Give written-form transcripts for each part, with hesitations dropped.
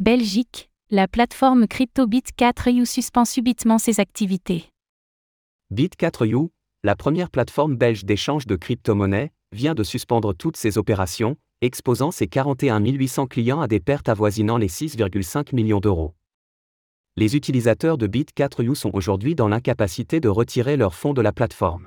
Belgique, la plateforme crypto Bit4U suspend subitement ses activités. Bit4U, la première plateforme belge d'échange de crypto-monnaies, vient de suspendre toutes ses opérations, exposant ses 41 800 clients à des pertes avoisinant les 6,5 millions d'euros. Les utilisateurs de Bit4U sont aujourd'hui dans l'incapacité de retirer leurs fonds de la plateforme.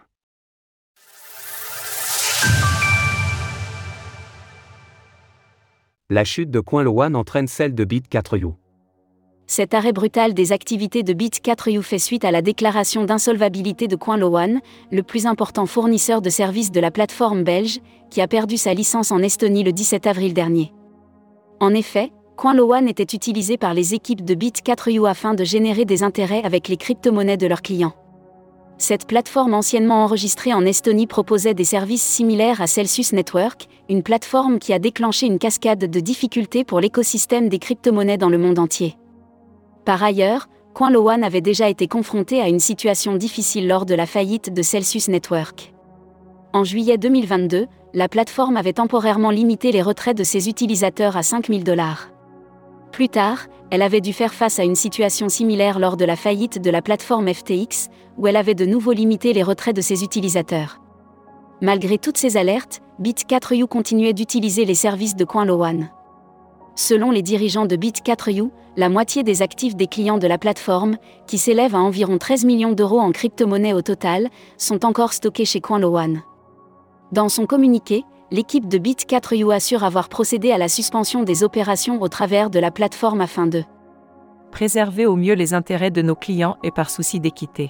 La chute de CoinLoan entraîne celle de Bit4U. Cet arrêt brutal des activités de Bit4U fait suite à la déclaration d'insolvabilité de CoinLoan, le plus important fournisseur de services de la plateforme belge, qui a perdu sa licence en Estonie le 17 avril dernier. En effet, CoinLoan était utilisé par les équipes de Bit4U afin de générer des intérêts avec les crypto-monnaies de leurs clients. Cette plateforme anciennement enregistrée en Estonie proposait des services similaires à Celsius Network, une plateforme qui a déclenché une cascade de difficultés pour l'écosystème des crypto-monnaies dans le monde entier. Par ailleurs, CoinLoan avait déjà été confronté à une situation difficile lors de la faillite de Celsius Network. En juillet 2022, la plateforme avait temporairement limité les retraits de ses utilisateurs à $5 000. Plus tard, elle avait dû faire face à une situation similaire lors de la faillite de la plateforme FTX, où elle avait de nouveau limité les retraits de ses utilisateurs. Malgré toutes ces alertes, Bit4U continuait d'utiliser les services de CoinLoan. Selon les dirigeants de Bit4U, la moitié des actifs des clients de la plateforme, qui s'élèvent à environ 13 millions d'euros en crypto-monnaies au total, sont encore stockés chez CoinLoan. Dans son communiqué, l'équipe de Bit4U assure avoir procédé à la suspension des opérations au travers de la plateforme afin de préserver au mieux les intérêts de nos clients et par souci d'équité.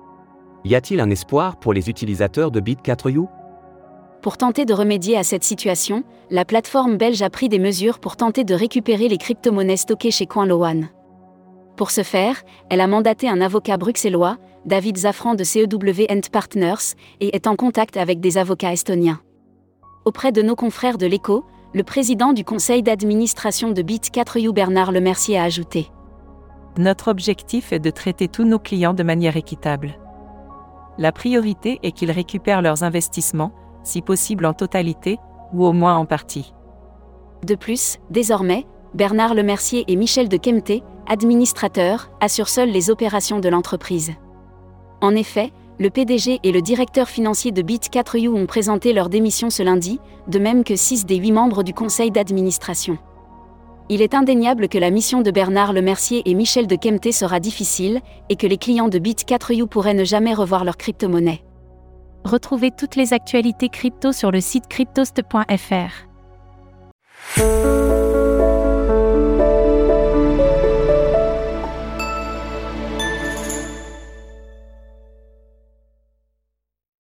Y a-t-il un espoir pour les utilisateurs de Bit4U ? Pour tenter de remédier à cette situation, la plateforme belge a pris des mesures pour tenter de récupérer les crypto-monnaies stockées chez CoinLoan. Pour ce faire, elle a mandaté un avocat bruxellois, David Zafran de CEW & Partners, et est en contact avec des avocats estoniens. Auprès de nos confrères de l'Echo, le président du conseil d'administration de Bit4U Bernard Lemercier a ajouté : Notre objectif est de traiter tous nos clients de manière équitable. La priorité est qu'ils récupèrent leurs investissements, si possible en totalité, ou au moins en partie. De plus, désormais, Bernard Lemercier et Michel de Kemté, administrateurs, assurent seuls les opérations de l'entreprise. En effet, le PDG et le directeur financier de Bit4U ont présenté leur démission ce lundi, de même que 6 des 8 membres du conseil d'administration. Il est indéniable que la mission de Bernard Lemercier et Michel de Kemté sera difficile, et que les clients de Bit4U pourraient ne jamais revoir leur crypto-monnaie. Retrouvez toutes les actualités crypto sur le site cryptost.fr.